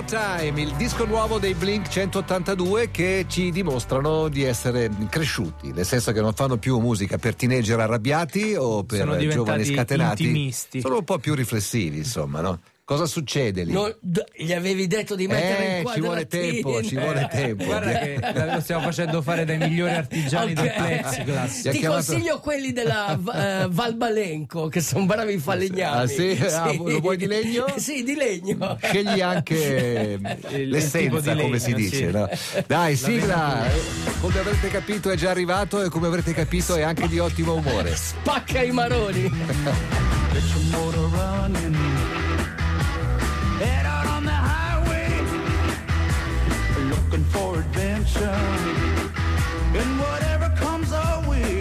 Time, il disco nuovo dei Blink 182 che ci dimostrano di essere cresciuti, nel senso che non fanno più musica per teenager arrabbiati o per giovani scatenati, intimisti. Sono un po' più riflessivi, insomma, no? Cosa succede lì? Gli avevi detto di mettere in ci vuole tempo. Guarda che lo stiamo facendo fare dai migliori artigiani del plexiglass. Ti consiglio quelli della Valbalenco, che sono bravi falegnami. Ah, sì? Sì. Lo vuoi di legno? Sì, di legno. Scegli anche l'essenza, come si dice, sì. No? Dai, sigla! Come avrete capito è già arrivato e come avrete capito è anche di ottimo umore. Spacca i maroni. Head out on the highway, looking for adventure, and whatever comes our way,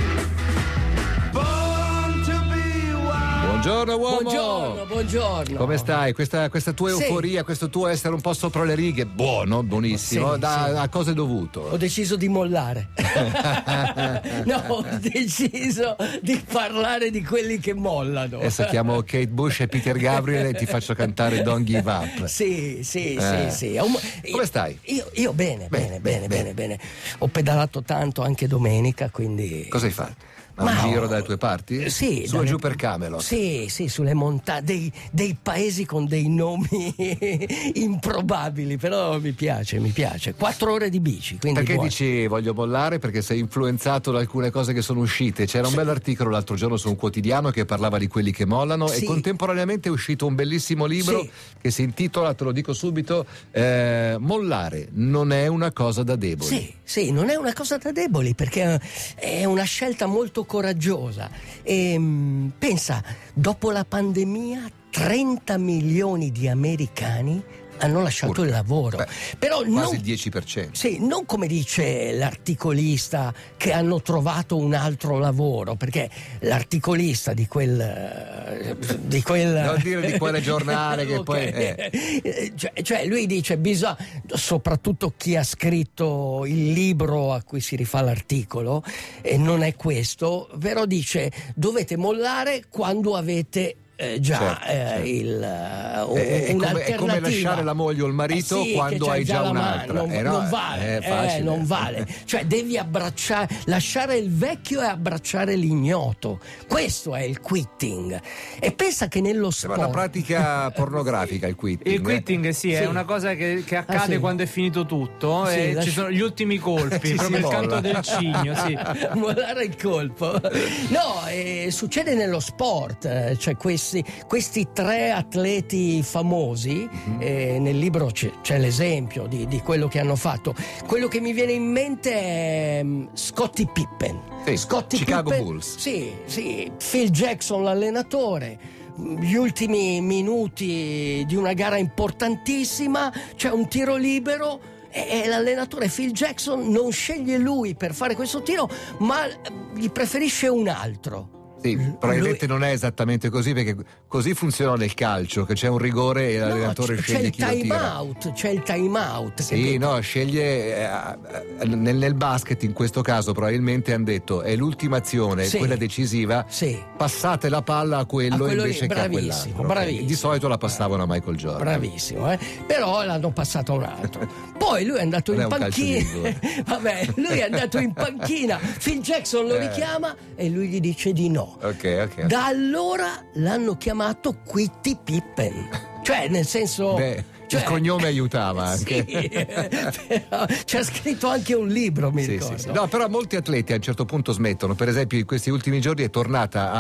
born to be wild. Buongiorno uomo! Buongiorno. Come stai? Questa tua euforia, questo tuo essere un po' sopra le righe, buonissimo, Sì. A cosa è dovuto? Ho deciso di mollare. No, ho deciso di parlare di quelli che mollano. Adesso chiamo Kate Bush e Peter Gabriel e ti faccio cantare Don't Give Up. Sì. Come stai? Io bene. Ho pedalato tanto anche domenica, quindi... Cosa hai fatto? Un giro dalle tue parti? Sì. Su e giù per Camelot? Sì, sulle montagne, dei paesi con dei nomi improbabili, però mi piace. 4 ore di bici, quindi Perché buono. dici voglio mollare? Perché sei influenzato da alcune cose che sono uscite. C'era un bell'articolo l'altro giorno su un quotidiano che parlava di quelli che mollano, Sì. e contemporaneamente è uscito un bellissimo libro che si intitola, te lo dico subito, Mollare non è una cosa da deboli. Sì, non è una cosa da deboli, perché è una scelta molto coraggiosa. E pensa, dopo la pandemia 30 milioni di americani hanno lasciato il lavoro. Però quasi il 10%. Sì, non come dice l'articolista che hanno trovato un altro lavoro, perché l'articolista di quel Non dire di quale giornale che okay. Poi cioè lui dice soprattutto chi ha scritto il libro a cui si rifà l'articolo, e non è questo, però dice dovete mollare quando avete certo. È come lasciare la moglie o il marito quando hai già un'altra. Non vale. Cioè devi lasciare il vecchio e abbracciare l'ignoto. Questo è il quitting. E pensa che nello sport... È una pratica pornografica il quitting. Il quitting è una cosa che accade quando è finito tutto, e ci sono gli ultimi colpi, proprio il canto del cigno. Sì. Mollare il colpo. No, succede nello sport, cioè questi 3 atleti famosi, nel libro c'è l'esempio di quello che hanno fatto. Quello che mi viene in mente è Scottie Pippen. Chicago Bulls. Sì, Phil Jackson l'allenatore. Gli ultimi minuti di una gara importantissima, c'è un tiro libero e l'allenatore Phil Jackson non sceglie lui per fare questo tiro, ma gli preferisce un altro. Sì, probabilmente non è esattamente così, perché così funziona nel calcio, che c'è un rigore e l'allenatore sceglie chi lo tira. C'è il time out. Sì, sceglie nel basket in questo caso probabilmente hanno detto è l'ultima azione, quella decisiva, passate la palla a quello invece che a quell'altro. Bravissimo. Di solito la passavano a Michael Jordan. Bravissimo, però l'hanno passata a un altro. Poi lui è andato in panchina. Lui è andato in panchina. Phil Jackson lo richiama e lui gli dice di no. Ok. Da allora l'hanno chiamato Quitty Pippen. Cioè, nel senso... il cognome aiutava anche. Però c'è scritto anche un libro, mi ricordo. Sì. No, però molti atleti a un certo punto smettono. Per esempio in questi ultimi giorni è tornata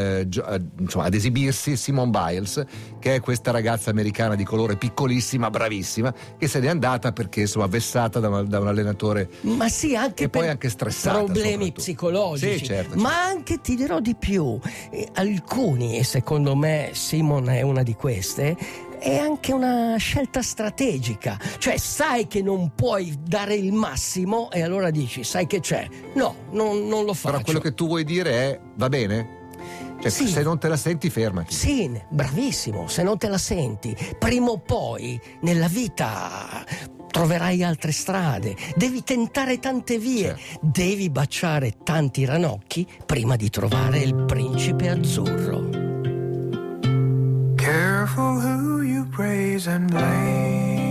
ad esibirsi Simone Biles, che è questa ragazza americana di colore, piccolissima, bravissima, che se n'è andata perché vessata da un allenatore. Ma sì, anche e per poi anche stressata, problemi psicologici. Sì, certo. Ma anche, ti dirò di più, alcuni, e secondo me Simone è una di queste, è anche una scelta strategica, cioè sai che non puoi dare il massimo e allora dici sai che c'è, non lo faccio. Però quello che tu vuoi dire è va bene? Cioè, se non te la senti fermati. Sì, bravissimo, se non te la senti prima o poi nella vita troverai altre strade, devi tentare tante vie, devi baciare tanti ranocchi prima di trovare il principe azzurro. Careful who you praise and blame.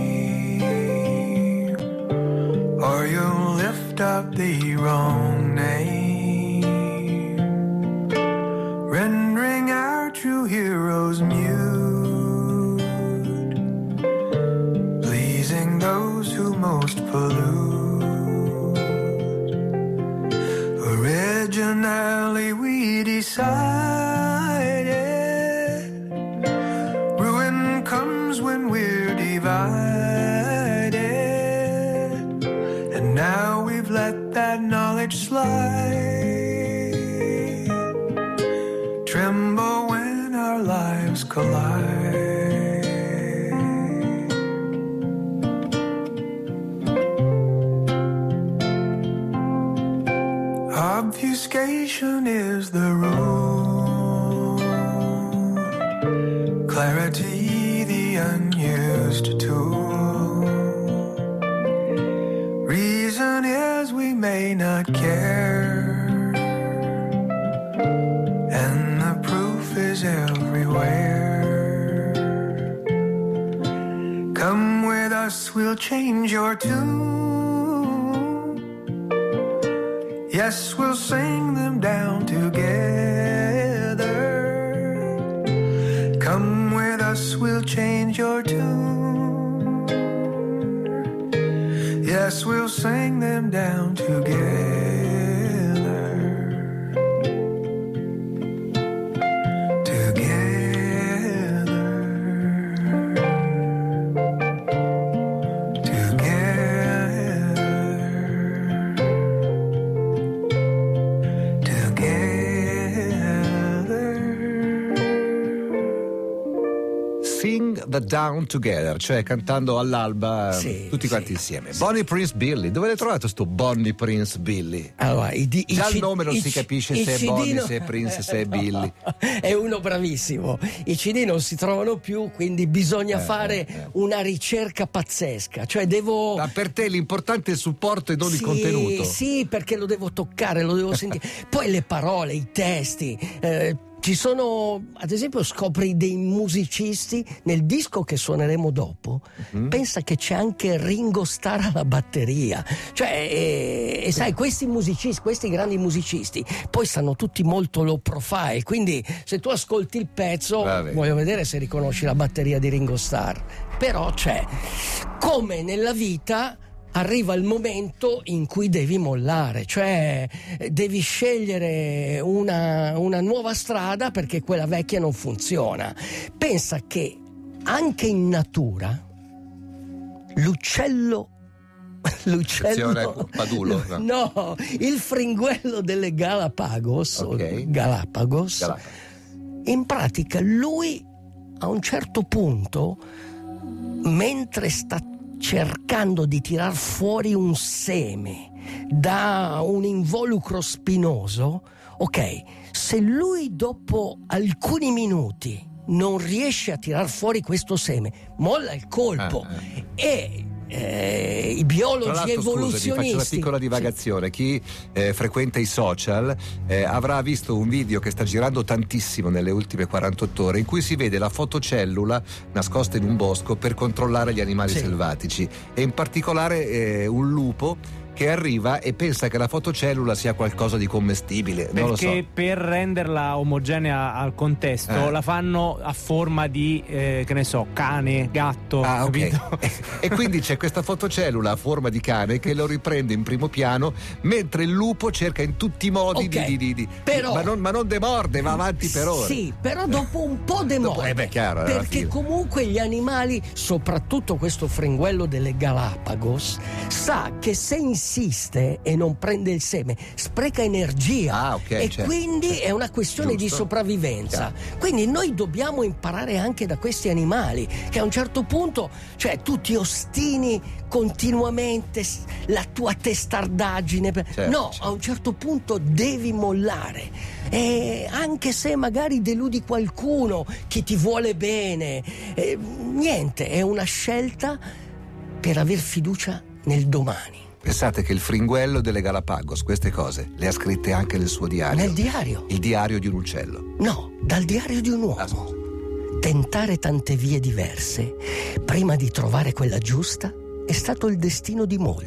or you'll lift up the wrong name, rendering our true heroes mute, pleasing those who most pollute. Originally we decided ruin comes when we're divided, and now we've let that knowledge slide, tremble when our lives collide. Obfuscation is the rule, clarity the unused tool. Reason is we may not care, and the proof is everywhere. Come with us, we'll change your tune. Yes, we'll sing them down together. Come with us, we'll change your tune. Yes, we'll sing them down together. Down Together, cioè cantando all'alba, sì, tutti quanti insieme. Sì. Bonnie Prince Billy, dove l'hai trovato sto Bonnie Prince Billy? Allora, già il nome non si capisce se è Bonnie, se è Prince, se è Billy. È uno bravissimo. I CD non si trovano più, quindi bisogna fare una ricerca pazzesca. Cioè devo. Ma per te l'importante è il supporto e non il contenuto. Sì, perché lo devo toccare, lo devo sentire. Poi le parole, i testi. Ci sono, ad esempio, scopri dei musicisti nel disco che suoneremo dopo. Pensa che c'è anche Ringo Starr alla batteria. Cioè, e sai, questi musicisti, questi grandi musicisti, poi stanno tutti molto low profile. Quindi, se tu ascolti il pezzo, voglio vedere se riconosci la batteria di Ringo Starr. Però c'è. Come nella vita, arriva il momento in cui devi mollare, cioè devi scegliere una nuova strada perché quella vecchia non funziona. Pensa che anche in natura l'uccello Padulo, no, il fringuello delle Galapagos, Galapagos, in pratica lui a un certo punto, mentre sta cercando di tirar fuori un seme da un involucro spinoso, se lui dopo alcuni minuti non riesce a tirar fuori questo seme, molla il colpo e i biologi evoluzionisti. Scusami, faccio una piccola divagazione. Chi frequenta i social avrà visto un video che sta girando tantissimo nelle ultime 48 ore, in cui si vede la fotocellula nascosta in un bosco per controllare gli animali selvatici, e in particolare un lupo che arriva e pensa che la fotocellula sia qualcosa di commestibile. Perché non lo so. Per renderla omogenea al contesto la fanno a forma di che ne so, cane, gatto, capito? E quindi c'è questa fotocellula a forma di cane che lo riprende in primo piano, mentre il lupo cerca in tutti i modi di però, ma non demorde, va avanti per ore. Sì, però dopo un po' demorde. Chiaro, perché comunque gli animali, soprattutto questo fringuello delle Galapagos, sa che se insiste e non prende il seme spreca energia, quindi è una questione di sopravvivenza. Quindi noi dobbiamo imparare anche da questi animali, che a un certo punto, cioè, tu ti ostini continuamente, la tua testardaggine, a un certo punto devi mollare, e anche se magari deludi qualcuno che ti vuole bene, niente, è una scelta per aver fiducia nel domani. Pensate che il fringuello delle Galapagos queste cose le ha scritte anche nel suo diario. Nel diario? Il diario di un uccello. No, dal diario di un uomo. Tentare tante vie diverse prima di trovare quella giusta è stato il destino di molti.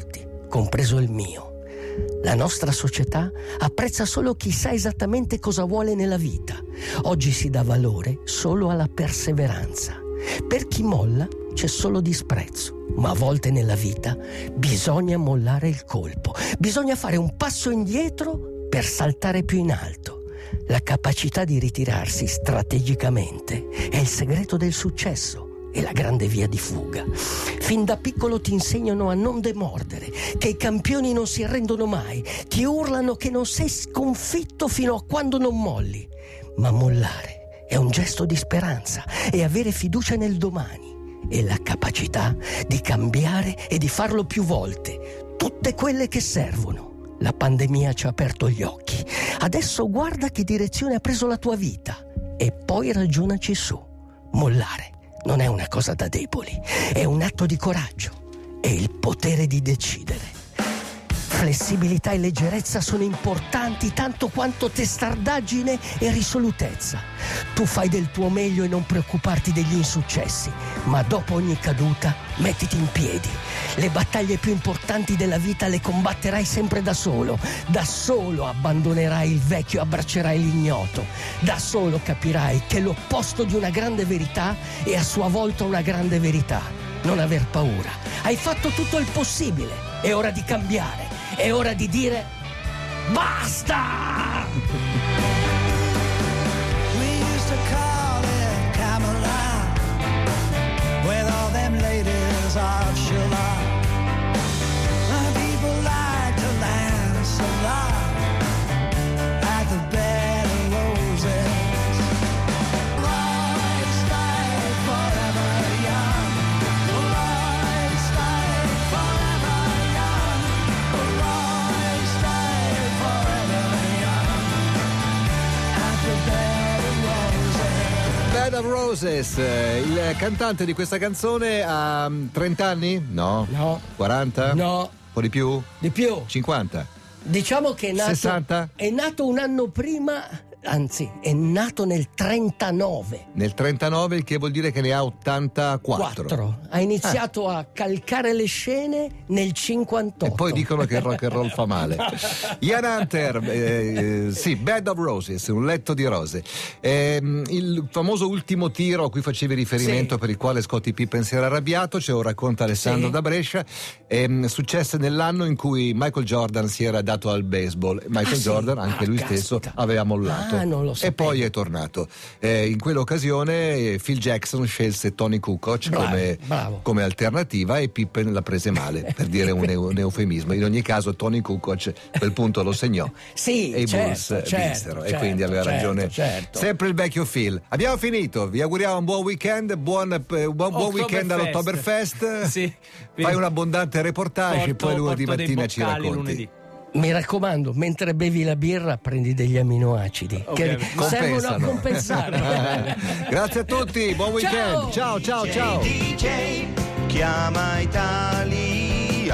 compreso il mio. La nostra società apprezza solo chi sa esattamente cosa vuole nella vita. Oggi si dà valore solo alla perseveranza. Per chi molla c'è solo disprezzo, ma a volte nella vita bisogna mollare il colpo. Bisogna fare un passo indietro per saltare più in alto. La capacità di ritirarsi strategicamente è il segreto del successo. È la grande via di fuga. Fin da piccolo ti insegnano a non demordere, che i campioni non si arrendono mai, ti urlano che non sei sconfitto fino a quando non molli. Ma mollare è un gesto di speranza e avere fiducia nel domani è la capacità di cambiare e di farlo più volte, tutte quelle che servono. La pandemia ci ha aperto gli occhi. Adesso guarda che direzione ha preso la tua vita e poi ragionaci su. Mollare non è una cosa da deboli, è un atto di coraggio, è il potere di decidere. Flessibilità e leggerezza sono importanti tanto quanto testardaggine e risolutezza. Tu fai del tuo meglio e non preoccuparti degli insuccessi, ma dopo ogni caduta mettiti in piedi. Le battaglie più importanti della vita le combatterai sempre da solo. Da solo abbandonerai il vecchio e abbraccerai l'ignoto. Da solo capirai che l'opposto di una grande verità è a sua volta una grande verità. Non aver paura. Hai fatto tutto il possibile. È ora di cambiare. È ora di dire basta! We used to call it Camelot, with all them ladies of Shalott. People like to dance a lot at the bed of roses. Lloyd stay forever young. Lloyd stay forever young. Lloyd stay forever young at the bed of roses. Bed of Roses, il cantante di questa canzone ha 30 anni? No. 40? No. Un po' di più? Di più. 50? Diciamo che 60? È nato un anno prima, anzi, è nato nel 39. Nel 39, il che vuol dire che ne ha 84. 4. Ha iniziato a calcare le scene nel 58. E poi dicono che il rock and roll fa male. Ian Hunter, sì, Bed of Roses, un letto di rose. Il famoso ultimo tiro a cui facevi riferimento, sì, per il quale Scottie Pippen si era arrabbiato, ce lo racconta Alessandro, sì, da Brescia, successe nell'anno in cui Michael Jordan si era dato al baseball. Michael Jordan, anche lui stesso, aveva mollato. Non lo e poi è tornato. In quell'occasione Phil Jackson scelse Tony Kukoc come alternativa e Pippen la prese male, per dire un eufemismo. In ogni caso Tony Kukoc quel punto lo segnò, sì, e i Bulls vinsero, e quindi aveva ragione sempre il vecchio Phil. Abbiamo finito, vi auguriamo un buon weekend, buon weekend all'Oktoberfest. Sì, fai un abbondante reportage e poi lunedì mattina ci racconti. Lunedì. Mi raccomando, mentre bevi la birra prendi degli aminoacidi che servono a compensare. Grazie a tutti, buon weekend. Ciao. DJ chiama Italia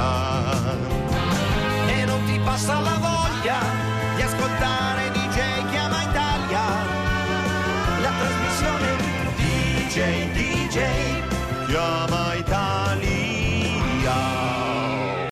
e non ti passa la voglia di ascoltare DJ chiama Italia, la trasmissione DJ